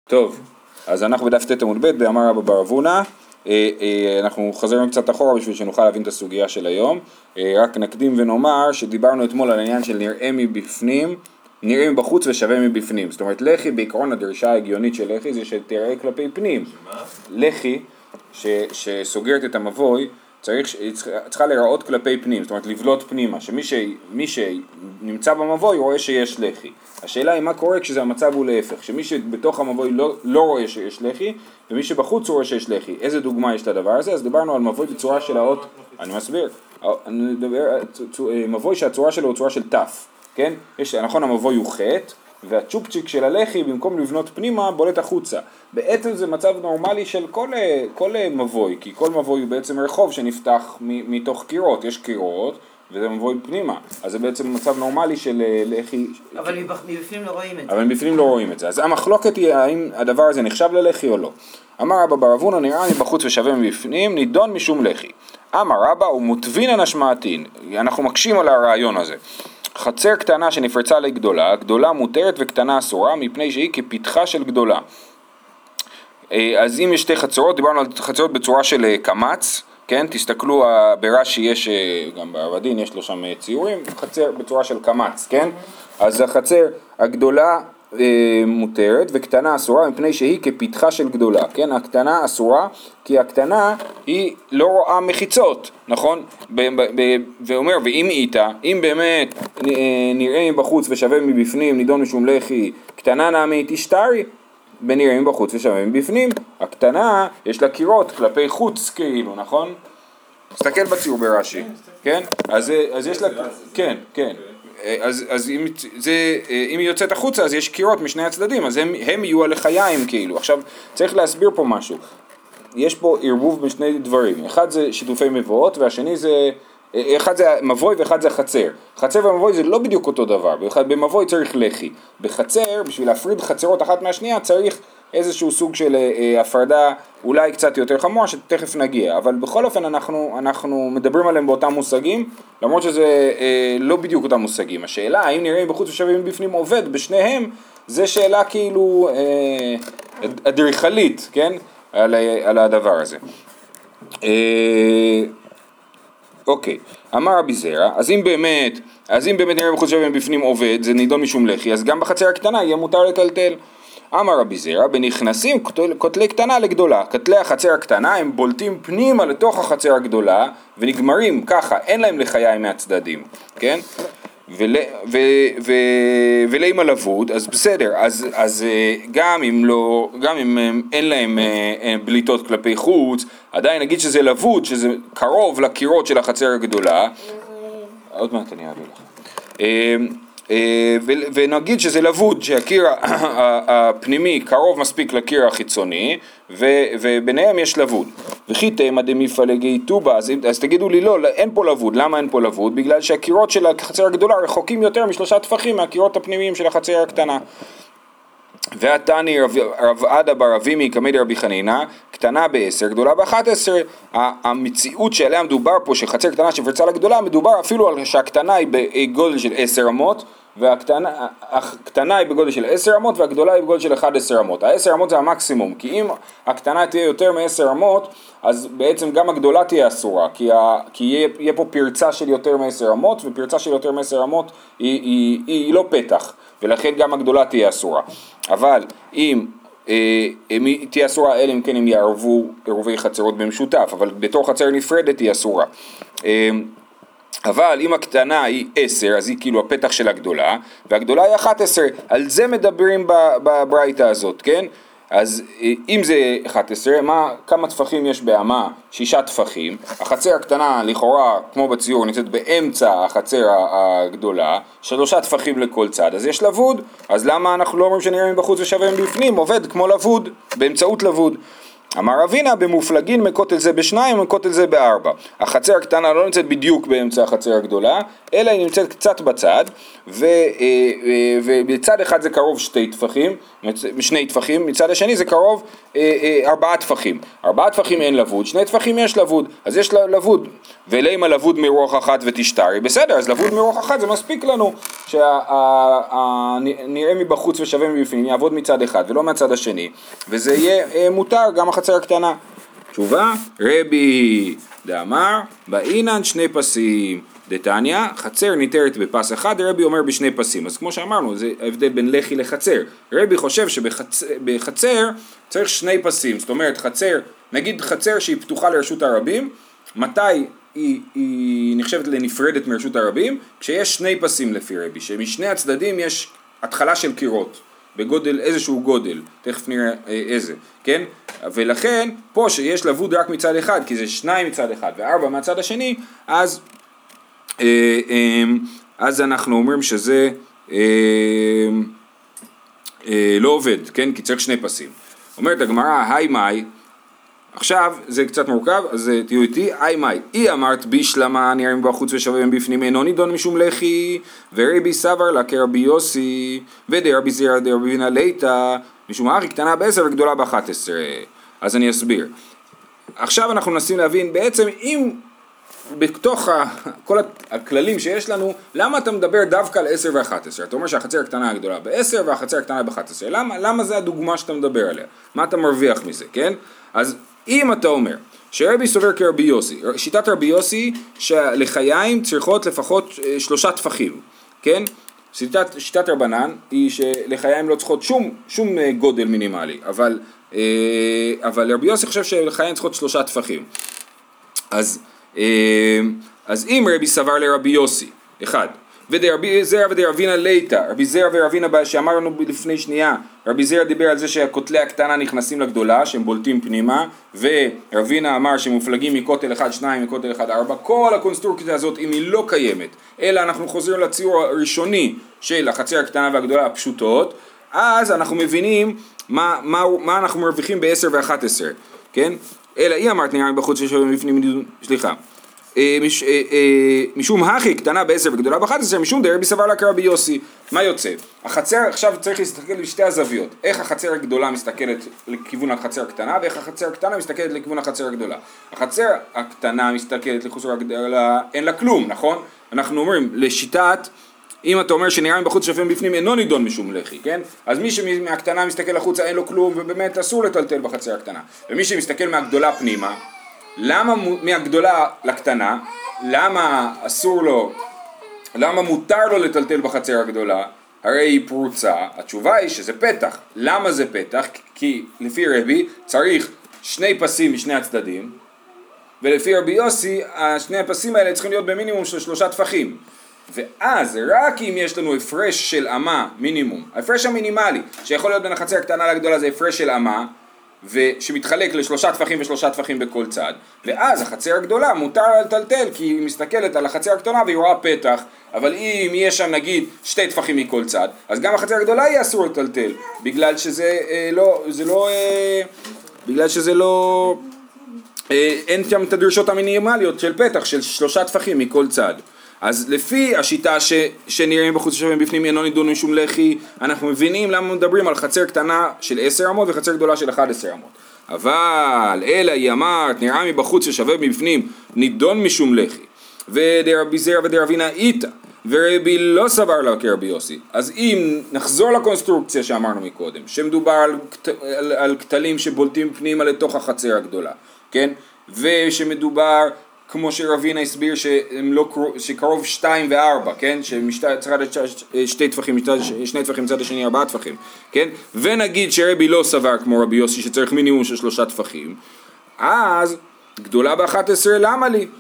טוב, אז אנחנו בדף ט' עמוד ב' באמר רבא בר אבונה, אנחנו חזרנו קצת אחורה בשביל שנוכל להבין את הסוגיה של היום, רק נקדים ונאמר שדיברנו אתמול על העניין של נראה מבפנים, נראה מבחוץ ושווה מבפנים, זאת אומרת לחי בעיקרון הדרישה ההגיונית של לחי זה שתראה כלפי פנים, לחי שסוגרת את המבוי צריכה להיראות כלפי פנים, זאת אומרת לבלוט פנימה, שמי שנמצא במבוי רואה שיש לחי. השאלה היא מה קורה כשזה המצב הוא להפך, שמי שבתוך המבוי לא רואה שיש לחי, ומי שבחוץ רואה שיש לחי. איזה דוגמה יש לדבר הזה? אז דיברנו על מבוי בצורה של האות, אני מסביר, מבוי שהצורה שלו הוא צורה של תף, כן? נכון המבוי הוא חטא, והצ'ופצ'יק של הלחי במקום לבנות פנימה בולט החוצה. בעצם זה מצב נורמלי של כל מבוי, כי כל מבוי הוא בעצם רחוב שנפתח מתוך קירות, יש קירות וזה מבוי פנימה, אז זה בעצם מצב נורמלי של לחי. אבל מבפנים לא רואים את זה. אבל מבפנים לא רואים את זה, אז המחלוקת היא האם הדבר הזה נחשב ללחי או לא. אמר רבא בר אבונה נראה מבחוץ ושווה מבפנים, נידון משום לחי. אמר רבא הוא מוטבינן השמעתין, אנחנו מקשים על הרעיון הזה. חצר קטנה שנפרצה לגדולה, גדולה מותרת וקטנה אסורה מפני שהיא כפתחה של גדולה. אז אם יש שתי חצרות, דיברנו על חצרות בצורה של קמץ, כן? תסתכלו ברש"י יש, גם בעבדין יש לו שם ציורים, חצר בצורה של קמץ, כן? אז החצר הגדולה מותרת וקטנה אסורה מפני שהיא כפתחה של גדולה, כן? הקטנה אסורה כי הקטנה היא לא רואה מחיצות, נכון? ואומר ואם איתה, אם באמת נראה מבחוץ ושווה מבפנים, נידון משום לחי, קטנה נעמי תשתרי, בנראה מבחוץ ושווה מבפנים, הקטנה יש לה קירות כלפי חוץ כאילו, נכון? תסתכל בציור ברש"י, כן? אז יש לה, כן, כן. אז אם היא יוצאת החוצה אז יש קירות משני הצדדים, אז הם יהיו הלחיים כאילו. עכשיו צריך להסביר פה משהו, יש פה ערבוב בין שני דברים, אחד זה שיתופי מבואות והשני זה, אחד זה מבוי ואחד זה חצר. חצר ומבוי זה לא בדיוק אותו דבר, במבוי צריך לחי, בחצר בשביל להפריד חצרות אחת מהשנייה צריך איזשהו סוג של הפרדה אולי קצת יותר חמורה שתכף נגיע, אבל בכל אופן אנחנו מדברים עליהם באותם מושגים, למרות שזה לא בדיוק אותם מושגים. השאלה האם נראה מבחוץ ושווה מבפנים עובד בשניהם, זה שאלה כאילו אדריכלית, כן? על הדבר הזה. אוקיי, אמר רבי זרע, אז אם באמת נראה מבחוץ ושווה מבפנים עובד, זה נידון משום לחי, אז גם בחצר הקטנה יהיה מותר לטלטל. אמר רבי זרע, בנכנסים כותלי קטנה לגדולה, כותלי החצר הקטנה הם בולטים פנימה לתוך החצר הגדולה ונגמרים ככה, אין להם לחיים מהצדדים, כן? ולימה לבוד, אז בסדר, אז גם אם אין להם בליטות כלפי חוץ, עדיין נגיד שזה לבוד, שזה קרוב לקירות של החצר הגדולה, עוד מעט אני אעביר לך. ונגיד שזה לבוד, שהקיר הפנימי קרוב מספיק לקיר החיצוני וביניהם יש לבוד. וכי תימא דמפלגי טובה, אז תגידו לי לא, אין פה לבוד. למה אין פה לבוד? בגלל שהקירות של החצר הגדולה רחוקים יותר משלושה טפחים מהקירות הפנימיים של החצר הקטנה. והתני רב עדה בר אבימי כמי דרבי חנינא, קטנה ב10 גדולה ב11. המציאות שעליה מדובר פה שחצר קטנה שפרצה לגדולה, מדובר אפילו על שהקטנה היא בגודל של 10 אמות והקטנה היא בגודל של 10 אמות והגדולה היא בגודל של 11 אמות. ה10 אמות זה המקסימום, כי אם הקטנה תהיה יותר מ10 אמות אז בעצם גם הגדולה תהיה אסורה, כי יהיה פה פרצה של יותר מ10 אמות, ופרצה של יותר מ10 אמות היא לא פתח, ולכן גם הגדולה תהיה אסורה. אבל אם תהיה אסורה אלא אם כן הם יערבו עירובי חצרות במשותף, אבל בתור חצר נפרדת היא אסורה. אבל אם הקטנה היא 10 אז היא כאילו הפתח של הגדולה, והגדולה היא 11, על זה מדברים בברייתא הזאת, כן? אז אם זה 11, כמה טפחים יש באמה? 6 טפחים. החצר הקטנה לכאורה, כמו בציור, נמצאת באמצע החצר הגדולה, 3 טפחים לכל צד, אז יש לבוד. אז למה אנחנו לא אומרים שנראה מבחוץ ושווה מבפנים? עובד כמו לבוד, באמצעות לבוד. אמר רבינה במופלגין מכותל זה בשניים ומכותל זה בארבע. החצר הקטנה לא נמצאת בדיוק באמצע החצר הגדולה, אלא היא נמצאת קצת בצד, ובצד אחד זה קרוב שני טפחים, מצד השני זה קרוב 4 טפחים. 4 טפחים אין לבוד, 2 טפחים יש לבוד, אז יש לבוד. ולמה לבוד מרוח אחת ותשתרי? בסדר, אז לבוד מרוח אחת זה מספיק לנו, שנראה מבחוץ ושווה מבפנים, יעבוד מצד אחד ולא מהצד השני, וזה יהיה מותר גם החצר הקטנה. תשובה, רבי דאמר, באינן 2 פסים, דתניא, חצר ניתרת בפס אחד, רבי אומר בשני פסים. אז כמו שאמרנו, זה ההבדל בין לחי לחצר. רבי חושב שבחצר צריך 2 פסים, זאת אומרת חצר, נגיד חצר שהיא פתוחה לרשות הרבים, מתי היא נחשבת לנפרדת מרשות הרבים? כשיש 2 פסים לפי רבי, שמשני הצדדים יש התחלה של קירות. בגודל, איזשהו גודל, תכף נראה איזה, כן? ולכן, פה שיש לבוד רק מצד אחד, כי זה 2 מצד אחד ו4 מהצד השני, אז אנחנו אומרים שזה לא עובד, כן? כי צריך 2 פסים. אומרת הגמרא, היי מאי, עכשיו זה קצת מורכב, אז תהיו איתי, היי מאי, אי אמרת בישלמה נראים בחוץ ושווים בפנים, אינו נידון משום לחי, ורבי סבר לה כרבי יוסי, ודרבי זירא דרבי בינה ליתא, משום האחי קטנה ב10 וגדולה ב11. אז אני אסביר. עכשיו אנחנו מנסים להבין, בעצם אם בתוך כל הכללים שיש לנו, למה אתה מדבר דווקא על 10 ו11? אתה אומר שהחצר הקטנה הגדולה ב10 והחצר הקטנה ב11. למה זה הדוגמה שאתה מדבר עליה? מה אתה מרוויח מזה, כן? אז אם אתה אומר שרבי סובר כרבי יוסי, שיטת רבי יוסי שלחיים צריכות לפחות 3 טפחים, כן? שיטת רבנן היא שלחיים לא צריכות שום גודל מינימלי, אבל רבי יוסי חושב שלחיים צריכות 3 טפחים. אז אם רבי סבר לרבי יוסי, אחד, ודרבי זרע ודרבינה ליתא, רבי זרע ורבינה שאמרנו לפני שנייה, רבי זרע דיבר על זה שהכותלי הקטנה נכנסים לגדולה, שהם בולטים פנימה, ורבינה אמר שמופלגים מכותל 1, 2, מכותל 1, 4, כל הקונסטרוקציה הזאת אם היא לא קיימת, אלא אנחנו חוזרים לציור הראשוני של החצר הקטנה והגדולה הפשוטות, אז אנחנו מבינים מה אנחנו מרוויחים ב10 ו11, כן? אלא היא אמרת נראה בחוץ ששווים בפנים, סליחה, משום הכי קטנה ב10 וגדולה ב11, משום דרבי סבר לה כרבי יוסי. מה יוצא? החצר, עכשיו צריך להסתכל בשתי הזוויות, איך החצר הגדולה מסתכלת לכיוון החצר הקטנה, ואיך החצר הקטנה מסתכלת לכיוון החצר הגדולה. החצר הקטנה מסתכלת לחצר הגדולה, אין לה כלום, נכון? אנחנו אומרים, לשיטת, אם אתה אומר שנראה בחוץ שווים בפנים אינו נידון משום לחי, כן? אז מי שמהקטנה מסתכל לחוצה אין לו כלום, ובאמת אסור לטלטל בחצר הקטנה. ומי שמסתכל מהגדולה פנימה, למה מהגדולה לקטנה, למה אסור לו, למה מותר לו לטלטל בחצר הגדולה? הרי היא פרוצה. התשובה היא שזה פתח. למה זה פתח? כי לפי רבי צריך 2 פסים משני הצדדים, ולפי רבי יוסי, 2 הפסים האלה צריכים להיות במינימום של 3 טפחים. ואז רק אם יש לנו הפרש של אמה מינימום, ההפרש המינימלי שיכול להיות בין החצר הקטנה לגדולה זה הפרש של אמה, ושמתחלק ל3 טפחים ו3 טפחים בכל צד, ואז החצר הגדולה מותר לטלטל כי היא מסתכלת על החצר הקטנה והיא רואה פתח, אבל אם יש שם נגיד 2 טפחים מכל צד, אז גם החצר הגדולה יהיה אסור לטלטל, בגלל שזה לא אין שם את הדרישות המינימליות של פתח של 3 טפחים מכל צד. אז לפי השיטה שנראים בחוץ שווים בפנים אינו נידון משום לחי, אנחנו מבינים למה מדברים על חצר קטנה של 10 אמות וחצר גדולה של 11 אמות. אבל אלא היא אמרת נראה מבחוץ ששווה מבפנים נידון משום לחי, ודרבי זרע ודרבינה איתה, ורבי לא סבר לה כרבי יוסי. אז אם נחזור לקונסטרוקציה שאמרנו מקודם, שמדובר על כתלים שבולטים פנימה לתוך החצר הגדולה, כן? ושמדובר כמו שרבינה הסביר שקרוב 2 ו4, כן? שצריך לדעת 2 טפחים, 2 טפחים מצד השני 4 טפחים, כן? ונגיד שרבי לא סבר כמו רבי יוסי שצריך מינימום של 3 טפחים, אז גדולה ב11 למה לי?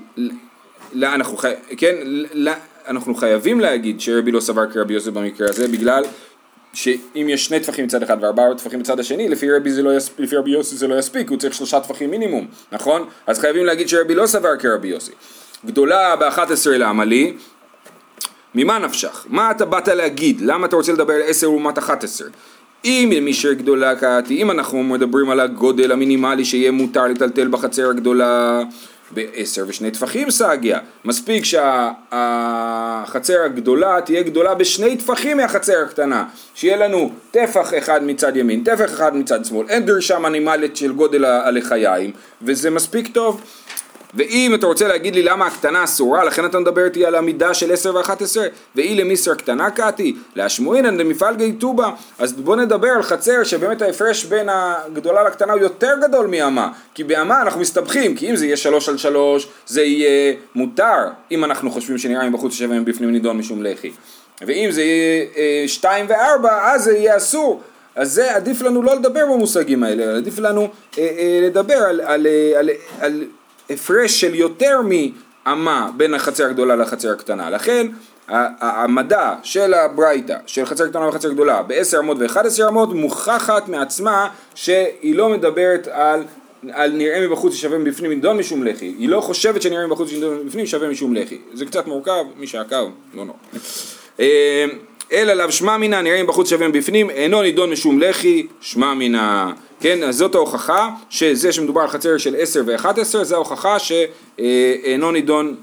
אנחנו חייבים להגיד שרבי לא סבר כרבי יוסי במקרה הזה, בגלל שאם יש 2 טפחים מצד אחד ו4 טפחים מצד השני, לפי רבי יוסי זה לא יספיק, הוא צריך 3 טפחים מינימום, נכון? אז חייבים להגיד שרבי לא סבר כרבי יוסי. גדולה ב11 למה לי? ממה נפשך? מה אתה באת להגיד? למה אתה רוצה לדבר על 10 לעומת 11? אם משרה גדולה קראתי, אם אנחנו מדברים על הגודל המינימלי שיהיה מותר לטלטל בחצר הגדולה, ב10 2 טפחים סגיה, מספיק שהחצר הגדולה תהיה גדולה ב2 טפחים מהחצר הקטנה, שיהיה לנו טפח אחד מצד ימין, טפח אחד מצד שמאל, אין דרישה מינימלית של גודל הלחיים, וזה מספיק טוב. ואם אתה רוצה להגיד לי למה הקטנה אסורה, לכן אתה מדבר איתי על המידה של 10 ו-11, ואי למיסר קטנה קאתי, להשמועינן למפעל גייטובה, אז בוא נדבר על חצר שבאמת ההפרש בין הגדולה לקטנה הוא יותר גדול מאמה, כי באמה אנחנו מסתבכים, כי אם זה יהיה 3 על 3, זה יהיה מותר, אם אנחנו חושבים שנראה מבחוץ שווה מבפנים נידון משום לחי, ואם זה יהיה 2 ו-4, אז זה יהיה אסור. אז זה עדיף לנו לא לדבר במושגים האלה, עדיף לנו לדבר על הפרש של יותר מאמה בין החצר הגדולה לחצר הקטנה. לכן המדע של הברייתא של חצר קטנה וחצר גדולה ב10 אמות ו11 אמות מוכחת מעצמה שהיא לא מדברת על נראה מבחוץ ששווה מבפנים נידון משום לחי. היא לא חושבת שנראה מבחוץ שנידון מבפנים שווה משום לחי. זה קצת מורכב, מי שעקב, לא נורא. אלא לאו שמע מינה, נראה מבחוץ שווה מבפנים, אינו נידון משום לחי, שמע מינה. כן, אז זאת ההוכחה שזה שמדובר על חצר של 10 ו-11, זה ההוכחה שאינו נידון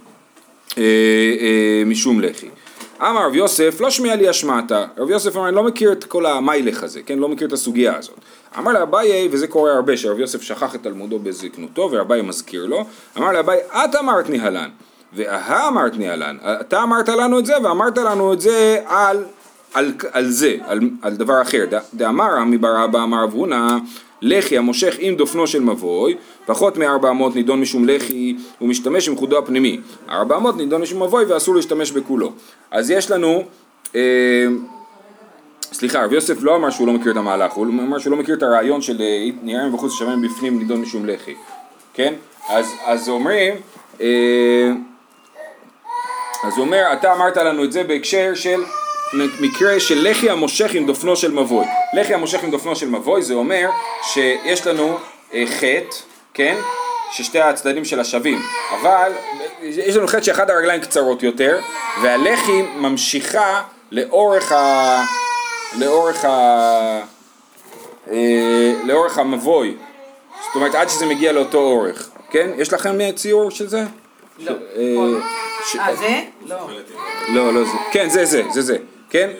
משום לחי. אמר רב יוסף, לא שמיע לי השמעתה. רב יוסף אמר, אני לא מכיר את כל המיילך הזה, כן, לא מכיר את הסוגיה הזאת. אמר לאביי, וזה קורה הרבה, שרב יוסף שכח את תלמודו בזקנותו, ואביי מזכיר לו, אמר לאביי, את אמרת ניהלן, והה אמרת ניהלן, אתה אמרת לנו את זה, ואמרת לנו את זה על דבר אחר. דאמר רמי בר אבא אמר רב הונא, לחי המושך עם דופנו של מבוי, פחות מ400 נידון משום לחי, הוא משתמש עם חודו הפנימי. 400 נידון משום מבוי ואסור להשתמש בכולו. אז יש לנו, סליחה, רב יוסף לא אמר שהוא לא מכיר את המהלך, הוא אמר שהוא לא מכיר את הרעיון של נראה מבחוץ שווה בפנים נידון משום לחי. כן? אז אומרים, אז הוא אומר, אתה אמרת לנו את זה בהקשר של מקרה של לחי המושך עם דופנו של מבוי. לחי המושך עם דופנו של מבוי זה אומר שיש לנו חטא, כן? ששתי הצדדים של השווים, אבל יש לנו חטא שאחד הרגליים קצרות יותר, והלחי ממשיכה לאורך המבוי, זאת אומרת עד שזה מגיע לאותו אורך, כן? יש לכם ציור של זה? לא. זה? לא. לא, זה. כן, זה. כן?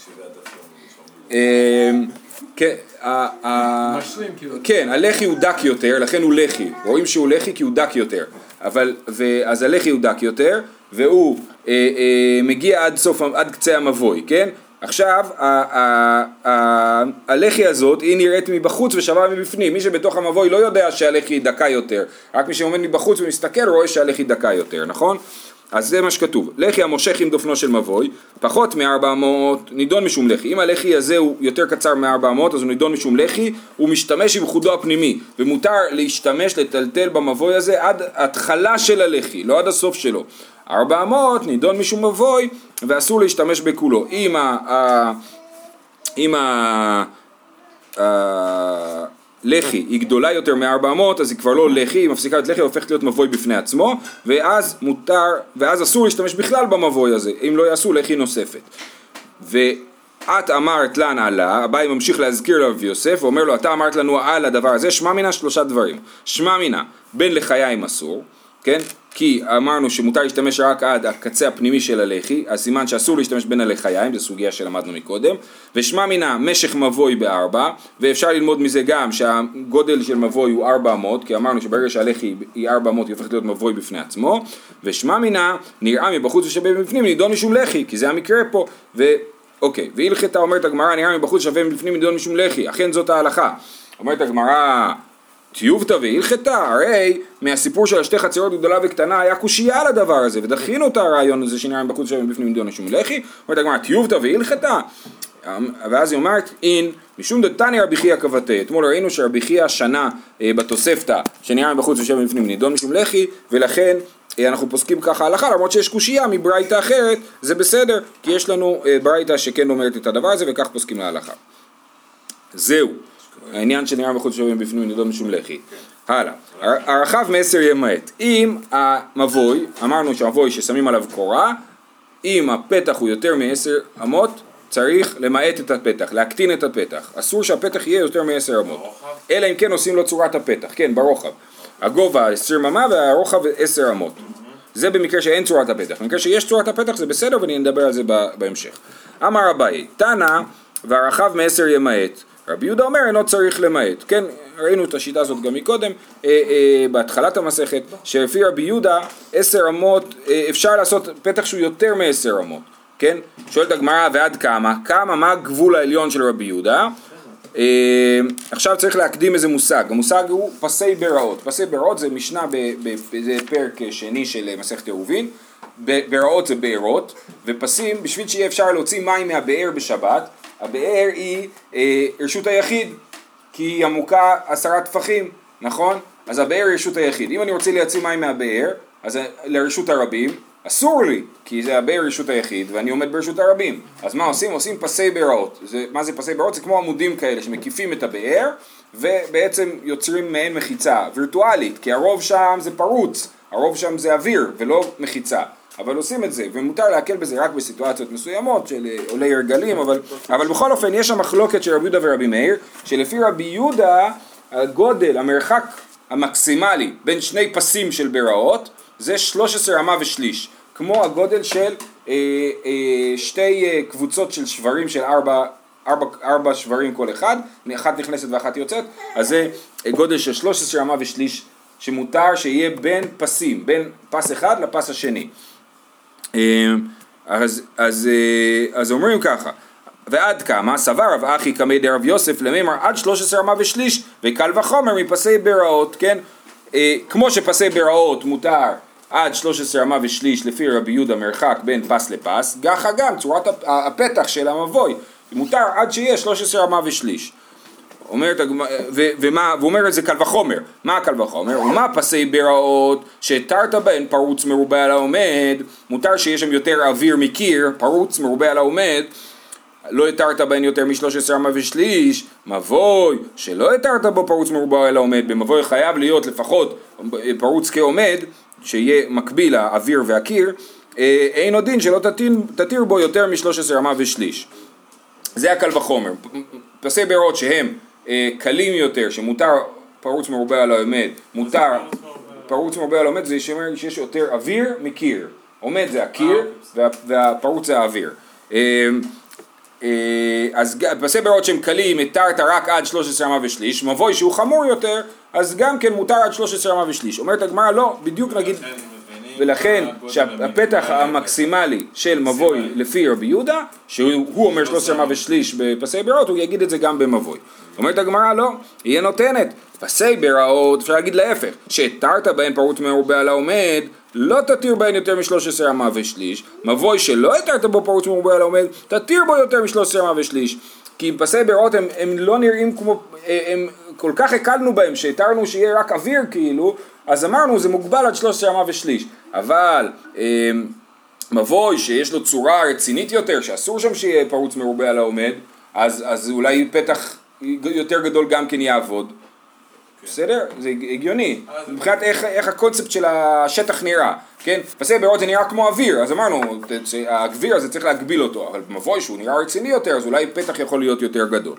כן, הלחי הוא דק יותר, לכן הוא לחי. רואים שהוא לחי כי הוא דק יותר. אז הלחי הוא דק יותר, והוא מגיע עד קצה המבוי, כן? עכשיו, הלחי הזאת היא נראית מבחוץ ושווה מבפנים. מי שבתוך המבוי לא יודע שהלחי דקה יותר. רק מי שעומד מבחוץ ומסתכל רואה שהלחי דקה יותר, נכון? אז זה מה שכתוב, לחי המושך עם דופנו של מבוי, פחות מ400 נידון משום לחי. אם הלחי הזה הוא יותר קצר מ400 אז הוא נידון משום לחי, הוא משתמש עם חודו הפנימי, ומותר להשתמש, לטלטל במבוי הזה עד התחלה של הלחי, לא עד הסוף שלו. 400 נידון משום מבוי ואסור להשתמש בכולו. אם לחי היא גדולה יותר מ400 אז היא כבר לא לחי, היא מפסיקה להיות לחי, היא הופכת להיות מבוי בפני עצמו, ואז אסור להשתמש בכלל במבוי הזה, אם לא יעשו לחי נוספת. ואת אמרת לנו עלה, אביי ממשיך להזכיר לרב יוסף ואומר לו, אתה אמרת לנו על הדבר הזה, שמע מינה 3 דברים. שמע מינה בין לחיים אסור, כן? כי אמרנו שמותר להשתמש רק עד הקצה הפנימי של הלחי, אז סימן שאסור להשתמש בין הלחיים, זו סוגיה שלמדנו מקודם, ושמע מינה משך מבוי ב4, ואפשר ללמוד מזה גם שהגודל של מבוי הוא 400, כי אמרנו שברגע שהלחי היא 400 היא הופכת להיות מבוי בפני עצמו, ושמע מינה נראה מבחוץ ושווה בפנים נידון משום לחי, כי זה המקרה פה, אוקיי, והלכתה אומרת הגמרא נראה מבחוץ שווה בפנים נידון משום לחי, אכן זאת ההלכה. אומרת הגמרא טיובתא והלכתה, הרי מהסיפור של השתי חצרות גדולה וקטנה היה קושייה על הדבר הזה, ודחינו את הרעיון הזה שנראה בחוץ שווה בפנים נידון משום לחי. אומרת הגמרא טיובתא והלכתה, ואז היא אומרת אין משום דתני רבי חייא כבתי. אתמול ראינו שרבי חייא שנה בתוספתא שנראה בחוץ ושווה בפנים נידון משום לחי, ולכן אנחנו פוסקים ככה הלכה, למרות שיש קושייה מברייתא אחרת, זה בסדר, כי יש לנו ברייתא שכן אומרת את הדבר הזה וכך פוסקים להלכה. זהו העניין שנראה בחוץ שווה בפנים נידון משום לחי. הלאה, הרחב מ10 ימעט. אם המבוי, אמרנו שהמבוי ששמים עליו קורה, אם הפתח הוא יותר מ10 אמות, צריך למעט את הפתח, להקטין את הפתח. אסור שהפתח יהיה יותר מ10 אמות. אלא אם כן עושים לו צורת הפתח, כן, ברוחב. הגובה 20 אמה והרוחב 10 אמות. זה במקרה שאין צורת הפתח. במקרה שיש צורת הפתח זה בסדר ואני נדבר על זה בהמשך. אמר אביי, תנא והרחב מ10 ימעט. רבי יהודה אומר אינו צריך למעט. כן, ראינו את השיטה הזאת גם מקודם, בהתחלת המסכת, שלפי רבי יהודה 10 אמות, אפשר לעשות פתח שהוא יותר מ10 אמות. כן? שואלת הגמרא ועד כמה? מה הגבול העליון של רבי יהודה? עכשיו צריך להקדים איזה מושג. המושג הוא פסי בראות. פסי בראות זה משנה בפרק שני של מסכת עירובין. בראות זה בארות, ופסים בשביל שיהיה אפשר להוציא מים מהבאר בשבת. הבאר היא רשות היחיד, כי היא עמוקה 10 טפחים, נכון? אז הבאר היא רשות היחיד. אם אני רוצה להוציא מים מהבאר, אז לרשות הרבים, אסור לי, כי זה הבאר רשות היחיד, ואני עומד ברשות הרבים. אז מה עושים? עושים פסי בראות. מה זה פסי בראות? זה כמו עמודים כאלה שמקיפים את הבאר, ובעצם יוצרים מעין מחיצה וירטואלית, כי הרוב שם זה פרוץ, הרוב שם זה אוויר ולא מחיצה. אבל עושים את זה, ומותר להקל בזה רק בסיטואציות מסוימות של עולי הרגלים, אבל בכל אופן יש שם מחלוקת של רבי יהודה ורבי מאיר, שלפי רבי יהודה הגודל, המרחק המקסימלי בין שני פסים של בראות, זה 13 אמה ושליש, כמו הגודל של שתי קבוצות של שברים של 4 שברים כל אחד, אחת נכנסת ואחת יוצאת, אז זה גודל של 13 אמה ושליש שמותר שיהיה בין פסים, בין פס אחד לפס השני. אז אומרים ככה, ועד כמה סבר רב אחי קמי דרב יוסף למימר עד 13 אמה ושליש וקל וחומר מפסי בראות, כן? כמו שפסי בראות מותר עד 13 אמה ושליש לפי רבי יהודה מרחק בין פס לפס, ככה גם צורת הפתח של המבוי מותר עד שיהיה 13 אמה ושליש. ואומר את זה קל וחומר. מה קל וחומר? ומה פסי בראות שתרת בהן פרוץ מרובה על העומד, מותר שיש שם יותר אוויר מקיר, פרוץ מרובה על העומד, לא התרת בהן יותר מ13 אמה ושליש, מבוי שלא התרת בו פרוץ מרובה על העומד, במבוי חייב להיות לפחות פרוץ כעומד, שיהיה מקביל האוויר והקיר, אין עוד דין שלא תתיר בו יותר מ13 אמה ושליש. זה הקל וחומר. פסי בראות שהם קלים יותר, שמותר פרוץ מרובה על העומד, מותר פרוץ מרובה על העומד, זה שאומר שיש יותר אוויר מקיר. עומד זה הקיר והפרוץ זה האוויר. אז פסי בראות שהם קלים, התרת רק עד 13 אמה ושליש, מבוי שהוא חמור יותר, אז גם כן מותר עד 13 אמה ושליש. אומרת הגמרא לא, בדיוק נגיד, ולכן שהפתח המקסימלי של מבוי לפי רבי יהודה, שהוא אומר 13 אמה ושליש בפסי בראות, הוא יגיד את זה גם במבוי. אומרת הגמרא לא, יהיה נותנת, פסי בראות, אפשר להגיד להפך, שהתרת בהן פרוץ מרובה על העומד, לא תתיר בהן יותר מ13 אמה ושליש, מבוי שלא התרת בו פרוץ מרובה על העומד, תתיר בו יותר מ13 אמה ושליש, כי פסי בראות הם לא נראים כמו, הם כל כך הקלנו בהם, שהתרנו שיהיה רק אוויר כאילו, אז אמרנו זה מוגבל עד 13 אמה ושליש, אבל מבוי שיש לו צורה רצינית יותר, שאסור שם שיהיה פרוץ מרובה על העומד, אז אולי פתח יותר גדול גם כן יעבוד. בסדר? זה הגיוני. מבחינת איך הקונספט של השטח נראה. כן? פסי בראות זה נראה כמו אוויר, אז אמרנו, האוויר הזה צריך להגביל אותו, אבל מבוי שהוא נראה רציני יותר, אז אולי פתח יכול להיות יותר גדול.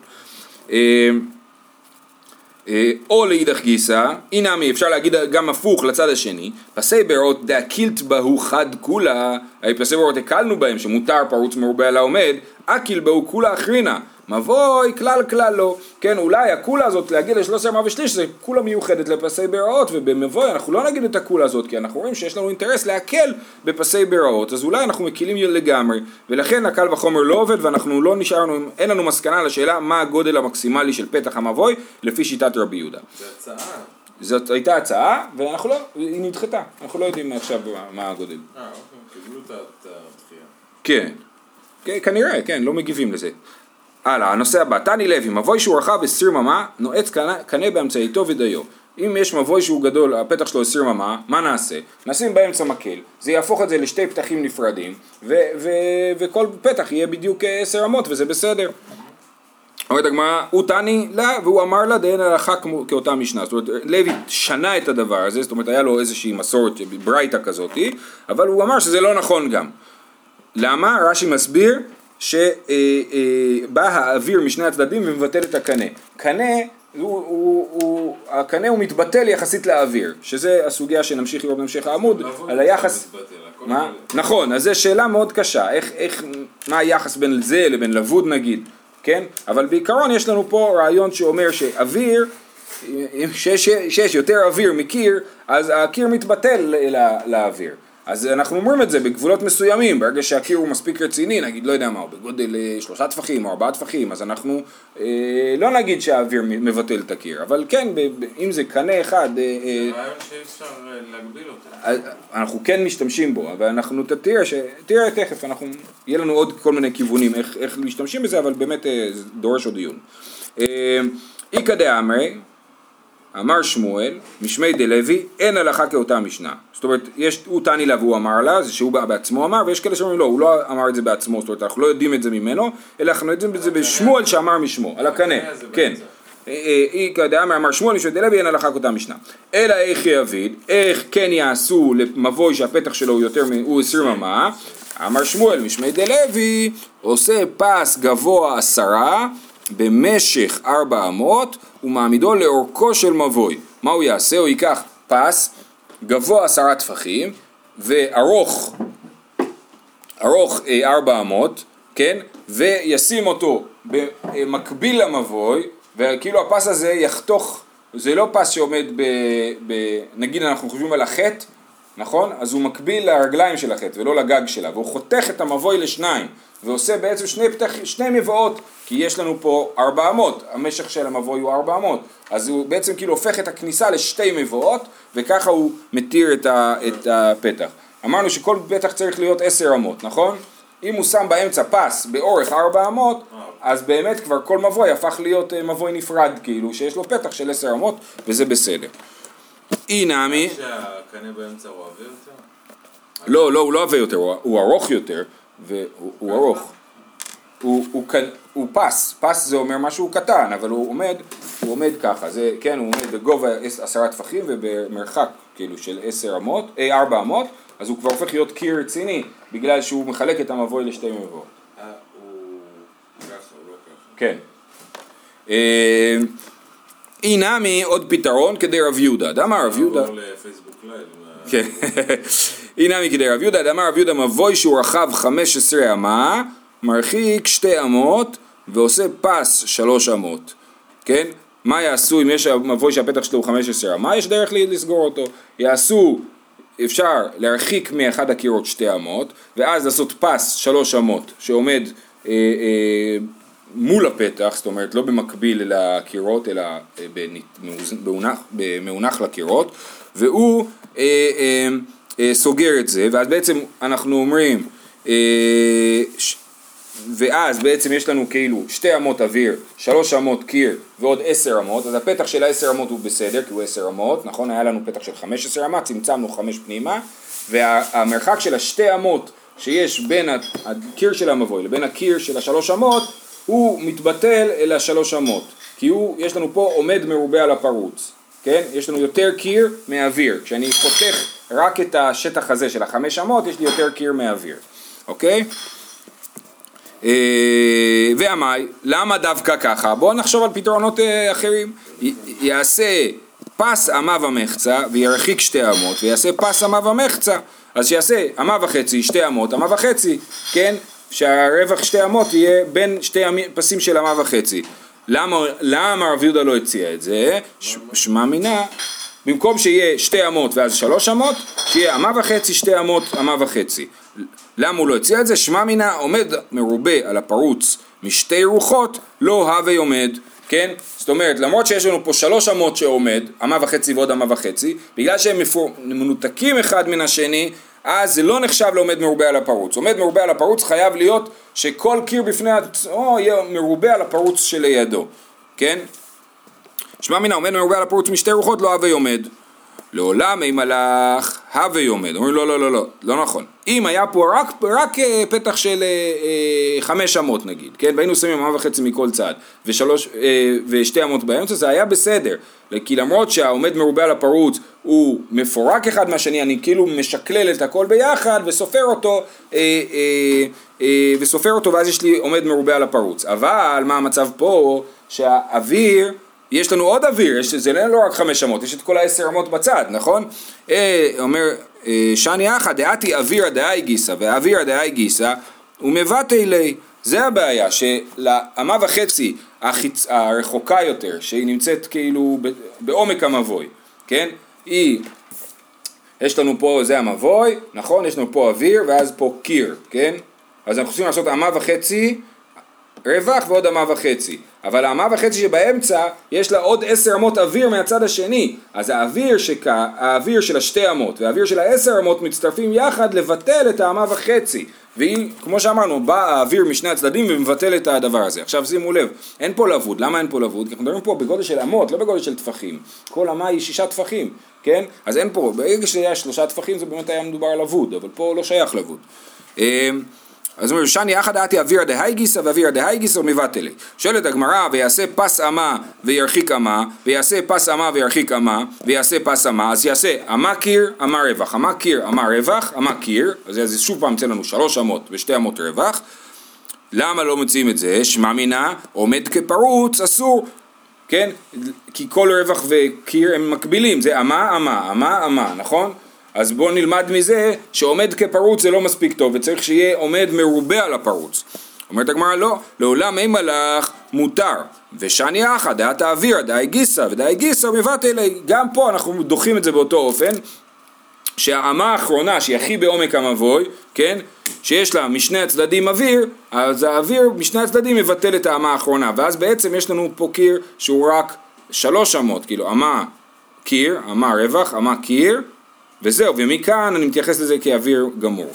או לאידך גיסא, אינמי אפשר להגיד גם הפוך לצד השני, פסי בראות דאקילט בהו חד כולה, פסי בראות הקלנו בהם שמותר פרוץ מרובה על העומד, אקיל בהו כולה אחרינה, מבוי כלל לא, כן, אולי הכולה הזאת להגיד ל13 אמה ושליש זה כולה מיוחדת לפסי בראות, ובמבוי אנחנו לא נגיד את הכולה הזאת, כי אנחנו רואים שיש לנו אינטרס להקל בפסי בראות, אז אולי אנחנו מקילים לגמרי, ולכן הקל וחומר לא עובד, ואנחנו לא נשארנו, אין לנו מסקנה לשאלה מה הגודל המקסימלי של פתח המבוי, לפי שיטת רבי יהודה. זה הצעה. זאת הייתה הצעה, ואנחנו לא, היא נדחתה, אנחנו לא יודעים עכשיו מה הגודל. אוקיי, קיבלו את הדחייה. כן, כנראה, כן, לא מגיבים לזה. הלאה, הנושא הבא, תני לוי, מבוי שהוא רחב 20 אמה, נועץ קנה באמצעיתו ודיו. אם יש מבוי שהוא גדול, הפתח שלו 20 אמה, מה נעשה? נשים באמצע מקל, זה יהפוך את זה לשתי פתחים נפרדים, וכל פתח יהיה בדיוק 10 אמות, וזה בסדר. אומרת הגמרא, הוא תני לה, והוא אמר לה, דיין הלכה כאותה משנה. זאת אומרת, לוי שנה את הדבר הזה, זאת אומרת, היה לו איזושהי מסורת ברייתא כזאת, אבל הוא אמר שזה לא נכון גם. למה? רש"י מסביר, שבא האוויר משני הצדדים ומבטל את הקנה. קנה, הקנה הוא מתבטל יחסית לאוויר, שזה הסוגיה שנמשיך לראות בהמשך העמוד, על היחס... מה? נכון, אז זו שאלה מאוד קשה, מה היחס בין זה לבין לבוד נגיד, כן? אבל בעיקרון יש לנו פה רעיון שאומר שאוויר, שיש יותר אוויר מקיר, אז הקיר מתבטל לאוויר. אז אנחנו אומרים את זה בגבולות מסוימים, ברגע שהקיר הוא מספיק רציני, נגיד לא יודע מה, בגודל 3 טפחים או 4 טפחים, אז אנחנו לא נגיד שהאוויר מבטל את הקיר, אבל כן, אם זה קנה אחד... זה רעיון שאי אפשר להגביל אותו. אנחנו כן משתמשים בו, אבל אנחנו תראה תכף, יהיה לנו עוד כל מיני כיוונים איך משתמשים בזה, אבל באמת זה דורש עוד דיון. איקא דאמרי, אמר שמואל, משמי דלוי, אין הלכה כאותה משנה. זאת אומרת, הוא תעני לה והוא אמר לה, זה שהוא בעצמו אמר, ויש כאלה שאומרים לא, הוא לא אמר את זה בעצמו, זאת אומרת, אנחנו לא יודעים את זה ממנו, אלא אנחנו יודעים את זה בשמואל שאמר משמו, על הקנה, כן. איקא דאמר, אמר שמואל, משמי דלוי, אין הלכה כאותה משנה. אלא איך יביד, איך כן יעשו למבוי שהפתח שלו הוא 20 אמה, אמר שמואל, משמי דלוי, עושה פס גבוה 10, במשך 4 אמות ומעמידו לאורכו של מבוי. מה הוא יעשה? הוא ייקח פס גבוה 10 טפחים וארוך 4 אמות, כן? וישים אותו במקביל למבוי, וכאילו הפס הזה יחתוך, זה לא פס שעומד נגיד אנחנו חושבים על החטא, נכון? אז הוא מקביל לרגליים של החטא ולא לגג שלה, והוא חותך את המבוי לשניים ועושה בעצם שני מבואות, כי יש לנו פה 400, המשך של המבוי הוא 400, אז הוא בעצם כאילו הופך את הכניסה לשתי מבואות, וככה הוא מתיר את הפתח. אמרנו שכל פתח צריך להיות 10 אמות, נכון? אם הוא שם באמצע פס באורך 400, אז באמת כבר כל מבוי הפך להיות מבוי נפרד, כאילו שיש לו פתח של 10 אמות, וזה בסדר. נמי... שהקנה באמצע הוא עבה יותר? לא, הוא לא עבה יותר, הוא ארוך יותר, והוא ארוך. הוא פס זה אומר משהו קטן, אבל הוא עומד ככה, זה, כן, הוא עומד בגובה 10 טפחים ובמרחק כאילו של 4 אמות, אז הוא כבר הופך להיות קיר רציני, בגלל שהוא מחלק את המבוי לשתי מבואות. הוא ככה, הוא לא ככה. כן. נמי עוד פתרון כדי רב יהודה. דאמר רב יהודה... נעבור לפייסבוק לייב. כן. נמי כדי רב יהודה. דאמר רב יהודה מבוי שהוא רחב 15 אמה, מרחיק 2 אמות ועושה פס 3 אמות. כן? מה יעשו אם יש מבוי שהפתח שלו הוא 15 אמה? יש דרך לסגור אותו. אפשר להרחיק מאחד הקירות 2 אמות, ואז לעשות פס 3 אמות שעומד מול הפתח, זאת אומרת לא במקביל לקירות אלא במאונח לקירות, והוא סוגר את זה, ואז בעצם אנחנו אומרים, ואז בעצם יש לנו כאילו 2 אמות אוויר, 3 אמות קיר ועוד 10 אמות, אז הפתח של 10 אמות הוא בסדר, כי הוא 10 אמות, נכון? היה לנו פתח של 15 אמות, צמצמנו 5 פנימה, והמרחק של 2 אמות שיש בין הקיר של המבוי לבין הקיר של 3 אמות, הוא מתבטל אל 3 אמות, כי יש לנו פה עומד מרובה על הפרוץ, כן? יש לנו יותר קיר מאוויר, כשאני חותך רק את השטח הזה של 5 אמות, יש לי יותר קיר מאוויר, אוקיי? והמאי, למה דווקא ככה? בואו נחשוב על פתרונות אחרים. יעשה פס אמה ומחצה וירחיק 2 אמות, ויעשה פס אמה ומחצה, אז שיעשה 1.5 2 אמות, 1.5, כן? שהרווח 2 אמות יהיה בין 2 פסים של 1.5. למה רב יהודה לא הציע את זה? שמע מינה, במקום שיהיה 2 אמות ואז 3 אמות, שיהיה 1.5 2 אמות 1.5. למה הוא לא הציע את זה? שמע מינה עומד מרובה על הפרוץ משתי רוחות, לא הווה עומד, כן? זאת אומרת, למרות שיש לנו פה 3 אמות שעומד, 1.5 ועוד 1.5, בגלל שהם מנותקים אחד מן השני, אז זה לא נחשב לעומד מרובה על הפרוץ. עומד מרובה על הפרוץ חייב להיות שכל קיר בפני עצמו יהיה מרובה על הפרוץ שלידו, כן? שמע מינה עומד מרובה על הפרוץ משתי רוחות, לא הווה עומד. לעולם אם הלך הווי עומד. אומרים לא נכון. אם היה פה רק פתח של 5 אמות נגיד, כן? והיינו שמים 1.5 מכל צד ו2 אמות באמצע, זה היה בסדר. כי למרות שהעומד מרובה על הפרוץ הוא מפורק אחד מהשני, אני כאילו משקלל את הכל ביחד וסופר אותו ואז יש לי עומד מרובה על הפרוץ. אבל מה המצב פה? שהאוויר, יש לנו עוד אוויר, זה לא רק 5 אמות, יש את כל 10 אמות בצד, נכון? אומר שני אחא דעתי אווירא דהאי גיסא ואווירא דהאי גיסא ומבטא לי. זה הבעיה, שלאמה וחצי הרחוקה יותר, שהיא נמצאת כאילו בעומק המבוי, כן? יש לנו פה, זה המבוי, נכון? יש לנו פה אוויר ואז פה קיר, כן? אז אנחנו צריכים לעשות אמה וחצי רווח ועוד אמה וחצי, אבל האמה וחצי שבאמצע יש לה עוד 10 אמות אוויר מהצד השני, אז האוויר של 2 אמות והאוויר של 10 אמות מצטרפים יחד לבטל את האמה וחצי, והיא, כמו שאמרנו, בא האוויר משני הצדדים ומבטל את הדבר הזה. עכשיו שימו לב, אין פה לבוד. למה אין פה לבוד? כי אנחנו מדברים פה בגודל של אמות, לא בגודל של טפחים. כל אמה היא 6 טפחים, כן? אז אין פה, ברגע שהיה 3 טפחים זה באמת היה מדובר על לבוד, אבל פה לא שייך לבוד. אז אומר, שני אחא דעתי אווירא דהאי גיסא ואווירא דהאי גיסא ומבטא לי. שואלת הגמרא, ויעשה פס אמה וירחיק אמה, ויעשה פס אמה וירחיק אמה, ויעשה פס אמה, אז יעשה אמה קיר, אמה רווח, אמה קיר, אמה רווח, אמה קיר, אז שוב פעם יצא לנו 3 אמות ו2 אמות רווח. למה לא מציעים את זה? שמע מינה, עומד כפרוץ, אסור, כן? כי כל רווח וקיר הם מקבילים, זה אמה, אמה, אמה, אמה, נכון? אז בואו נלמד מזה שעומד כפרוץ זה לא מספיק טוב וצריך שיהיה עומד מרובה על הפרוץ. אומרת הגמרא לא, לעולם אין מלאך מותר, ושני אחא דעת האווירא דהאי גיסא ודהאי גיסא מבטא לי. גם פה אנחנו דוחים את זה באותו אופן, שהאמה האחרונה שהיא הכי בעומק המבוי, כן, שיש לה משני הצדדים אוויר, אז האוויר משני הצדדים מבטל את האמה האחרונה, ואז בעצם יש לנו פה קיר שהוא רק 3 אמות, כאילו אמה קיר, אמה רווח, אמה קיר, וזהו, ומכאן אני מתייחס לזה כאוויר גמור.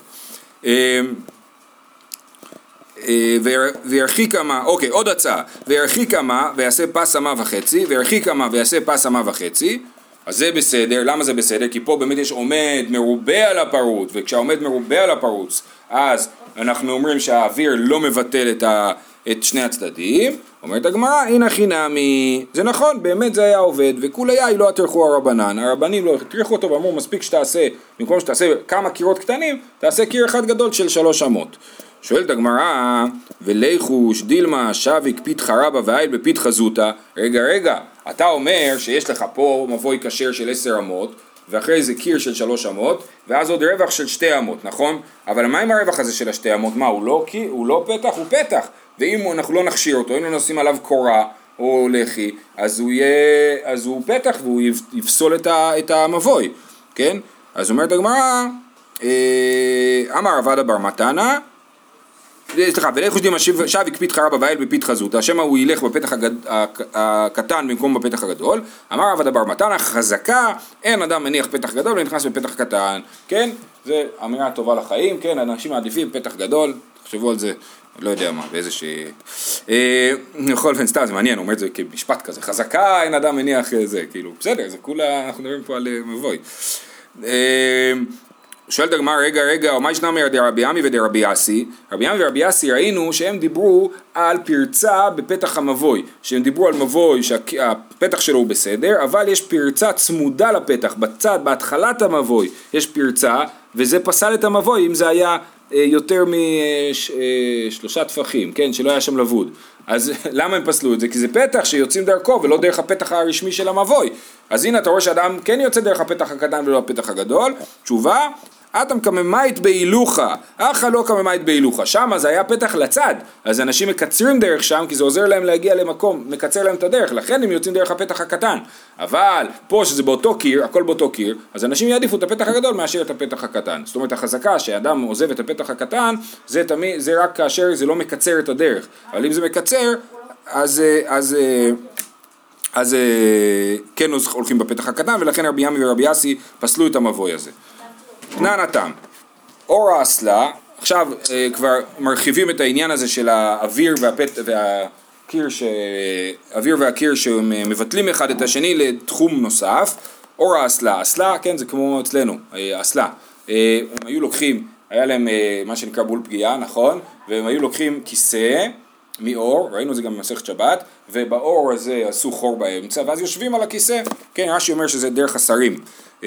וירחיק אמה, אוקיי, עוד הצעה, וירחיק אמה ויעשה פס אמה וחצי, וירחיק אמה ויעשה פס אמה וחצי, אז זה בסדר. למה זה בסדר? כי פה באמת יש עומד מרובה על הפרוץ, וכשהעומד מרובה על הפרוץ, אז אנחנו אומרים שהאוויר לא מבטל את שני הצדדים. אומרת הגמרא, הנה חינמי, זה נכון, באמת זה היה עובד, וכול היה לא תלכו הרבנן, הרבנים לא תלכו אותו ואמרו מספיק שתעשה, במקום שתעשה כמה קירות קטנים, תעשה קיר אחד גדול של 3 אמות. שואלת הגמרא, וליחוש דילמה שוויק פיתחא רבא והיל בפיתחא זוטא. רגע, אתה אומר שיש לך פה מבוי כשר של 10 אמות, ואחרי זה קיר של 3 אמות, ואז עוד רווח של 2 אמות, נכון? אבל מה עם הרווח הזה של 2 אמות? מה, הוא לא פתח? הוא פתח. ואם אנחנו לא נכשיר אותו, אם לא נשים עליו קורה או לחי, אז הוא פתח והוא יפסול את המבוי, כן? אז אומרת הגמרא, אמר רבא בר מתנא, סליחה, ולכו שדימה שוויק פיתחא רבא והיל בפיתחא זוטא, שמא הוא ילך בפתח הקטן במקום בפתח הגדול. אמר רבא בר מתנא, חזקה, אין אדם מניח פתח גדול ונכנס בפתח קטן, כן? זה אמירה טובה לחיים, כן? אנשים מעדיפים פתח גדול, תחשבו על זה, לא יודע מה, באיזה בכל אופן סתם, זה מעניין, הוא אומר את זה כמשפט כזה, חזקה, אין אדם מניח זה, כאילו, בסדר, זה כולה, אנחנו מדברים פה על מבוי. שואלת הגמרא, רגע, ומה ישנם דרבי עמי ודרבי יאסי? רבי עמי ורבי יאסי ראינו שהם דיברו על פרצה בפתח המבוי, שהם דיברו על מבוי שהפתח שלו הוא בסדר, אבל יש פרצה צמודה לפתח, בצד, בהתחלת המבוי, יש פרצה, וזה פסל את המבוי, אם זה היה יותר מ3 טפחים, כן, שלא היה שם לבוד. אז למה הם פסלו את זה? כי זה פתח שיוצאים דרכו ולא דרך הפתח הרשמי של המבוי. אז הנה אתה רואה שאדם כן יוצא דרך הפתח הקטן ולא הפתח הגדול. תשובה, אתם קממית בהילוכה, אחא לא קממית בהילוכה. שם זה היה פתח לצד, אז אנשים מקצרים דרך שם, כי זה עוזר להם להגיע למקום, מקצר להם את הדרך, לכן הם יוצאים דרך הפתח הקטן. אבל פה שזה באותו קיר, הכל באותו קיר, אז אנשים יעדיפו את הפתח הגדול מאשר את הפתח הקטן. זאת אומרת, החזקה שאדם עוזב את הפתח הקטן, זה רק כאשר זה לא מקצר את הדרך. אבל אם זה מקצר, אז כן הולכים בפתח הקטן, ולכן רבי עמי ורבי יאסי פסלו את המבוי הזה. תנן התם, אור האסלה, עכשיו כבר מרחיבים את העניין הזה של האוויר והקיר, האוויר והקיר שמבטלים אחד את השני לתחום נוסף, אור האסלה, אסלה, כן, זה כמו אצלנו, אסלה. הם היו לוקחים, היה להם מה שנקרא בול פגיעה, נכון? והם היו לוקחים כיסא מאור, ראינו זה גם במסכת שבת, ובאור הזה עשו חור באמצע, ואז יושבים על הכיסא. כן, רש"י אומר שזה דרך השרים.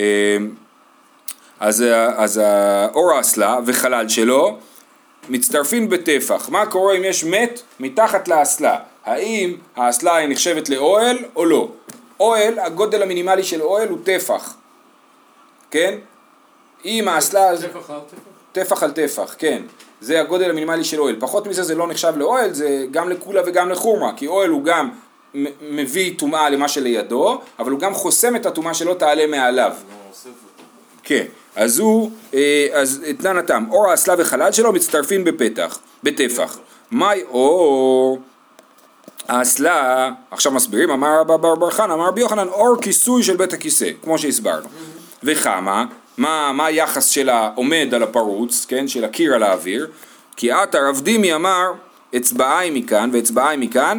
אז האור האסלה וחלל שלו מצטרפים בטפח. מה קורה אם יש מת מתחת לאסלה? האם האסלה היא נחשבת לאוהל או לא? אוהל, הגודל המינימלי של אוהל הוא טפח. כן? אם האסלה... טפח על טפח? טפח על טפח, כן. זה הגודל המינימלי של אוהל. פחות מזה זה לא נחשב לאוהל, זה גם לקולה וגם לחומרה. כי אוהל הוא גם מביא טומאה למה שלידו, אבל הוא גם חוסם את הטומאה שלא תעלה מעליו. כן. אז אתנן התם, אור האסלה וחלל שלו מצטרפים בטפח. מאי אור האסלה, עכשיו מסבירים, אמר רבא בר חנא, אמר רבי יוחנן, אור כיסוי של בית הכיסא, כמו שהסברנו. וכמה, מה היחס של העומד על הפרוץ, כן, של הקיר על האוויר? כי עתה רב דימי אמר, אצבעיים מכאן ואצבעיים מכאן,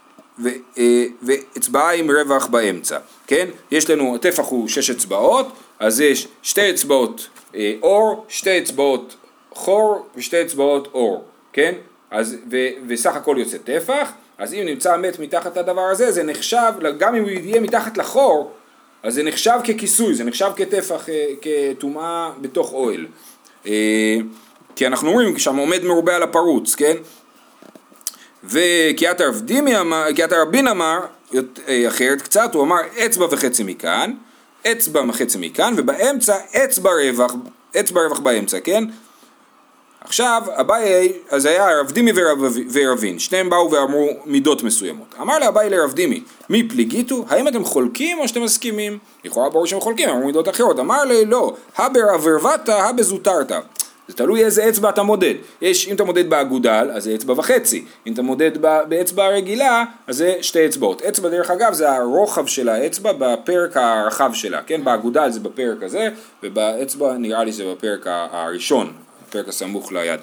ואצבעיים רווח באמצע, כן? יש לנו, הטפח הוא 6 אצבעות, אז יש 2 אצבעות אור, 2 אצבעות חור ו2 אצבעות אור, כן? אז, וסך הכל יוצא טפח, אז אם נמצא מת מתחת לדבר הזה, זה נחשב, גם אם הוא יהיה מתחת לחור, אז זה נחשב ככיסוי, זה נחשב כטפח, כטומאה בתוך אוהל. כי אנחנו אומרים, שם עומד מרובה על הפרוץ, כן? וכי עתה רבין אמר, אחרת קצת, הוא אמר אצבע וחצי מכאן, אצבע וחצי מכאן, ובאמצע אצבע רווח באמצע, כן? עכשיו, אביי, אז היה רב דימי ורבין, שניהם באו ואמרו מידות מסוימות. אמר לאביי לרב דימי, מי פליגיתו? האם אתם חולקים או שאתם מסכימים? לכאורה ברור שהם חולקים, אמרו מידות אחרות. אמר לי, לא, הברברבתא, הבזוטרתא. זה תלוי איזה אצבע אתה מודד. אם אתה מודד באגודל, אז זה אצבע וחצי. אם אתה מודד באצבע הרגילה, אז זה 2 אצבעות. אצבע דרך אגב זה הרוחב של האצבע בפרק הרחב שלה, כן? באגודל זה בפרק הזה, ובאצבע נראה לי זה בפרק הראשון. פרק הסמוך ליד.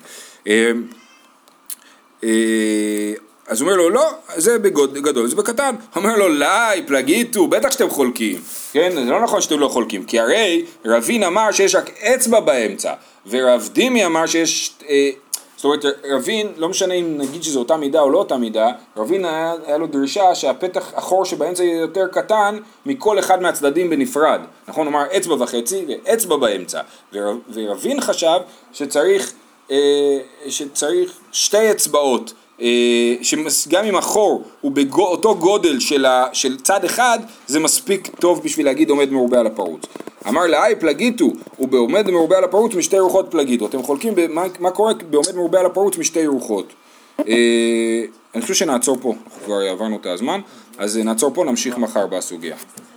אז הוא אומר לו, לא, זה בגדול, זה בקטן. הוא אומר לו, לא, פלגיתו, בטח שאתם חולקים. כן, זה לא נכון שאתם לא חולקים, כי הרי רבין אמר שיש רק אצבע באמצע, ורב דימי אמר שיש, זאת אומרת, רבין, לא משנה אם נגיד שזו אותה מידה או לא אותה מידה, רבין היה לו דרישה שהפתח, החור שבאמצע יהיה יותר קטן מכל אחד מהצדדים בנפרד. נכון, הוא אמר אצבע וחצי ואצבע באמצע. ורבין חשב שצריך 2 אצבעות, שגם אם החור הוא באותו גודל של צד אחד, זה מספיק טוב בשביל להגיד עומד מרובה על הפרוץ. אמר לאי פלגיתו, הוא בעומד מרובה על הפרוץ משתי רוחות פלגיתו. אתם חולקים מה קורה בעומד מרובה על הפרוץ משתי רוחות. אני חושב שנעצור פה, כבר עברנו את הזמן, אז נעצור פה, נמשיך מחר בסוגיה.